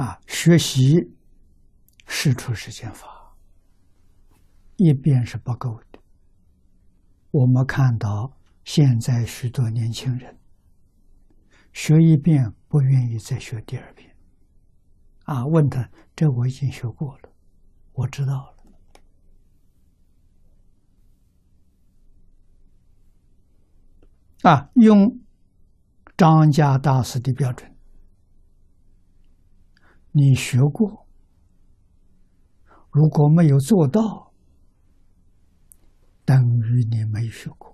学习世出世间法，一遍是不够的。我们看到现在许多年轻人学一遍不愿意再学第二遍，问他，这我已经学过了，我知道了。用张家大师的标准，你学过，如果没有做到，等于你没学过。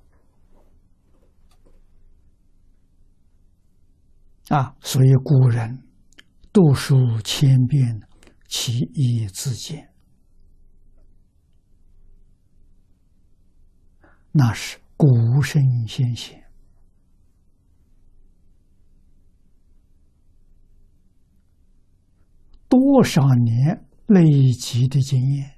所以古人读书千遍，其义自见，那是古圣先贤。多少年累积的经验，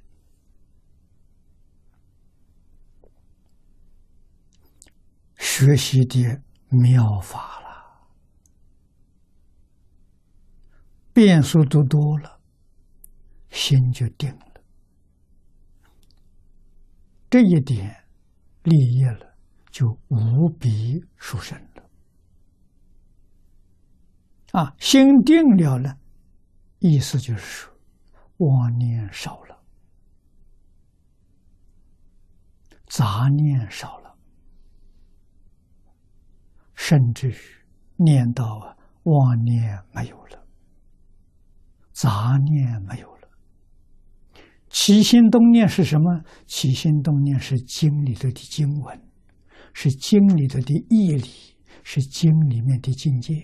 学习的妙法了，变数都多了，心就定了。这一点立业了，就无比殊胜了。心定了呢，意思就是说，妄念少了，杂念少了，甚至于念到妄念没有了，杂念没有了。起心动念是什么？起心动念是经里头的经文，是经里头的义理，是经里面的境界。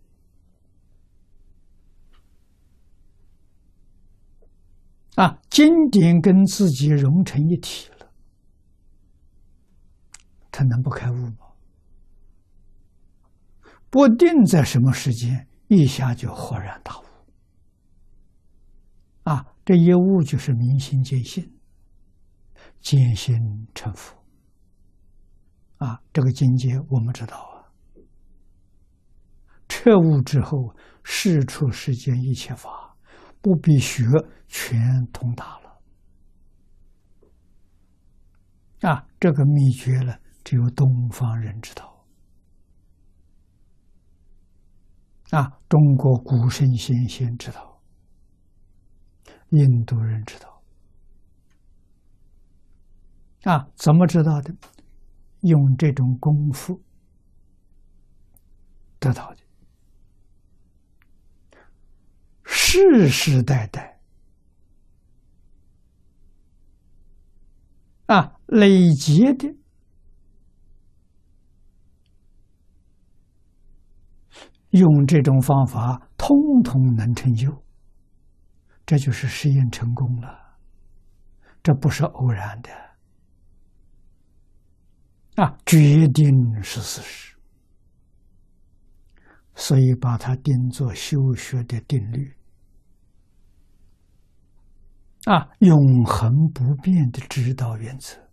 经典跟自己融成一体了，他能不开悟吗？不定在什么时间，一下就豁然大悟。这一悟就是明心见性，见性成佛。这个境界我们知道彻悟之后，世出世间一切法，不必学，全通达了。这个秘诀呢，只有东方人知道。中国古圣先贤知道，印度人知道。怎么知道的？用这种功夫得到的。世世代代累积的，用这种方法通通能成就，这就是实验成功了，这不是偶然的决定是事实，所以把它定作修学的定律永恒不变的指导原则。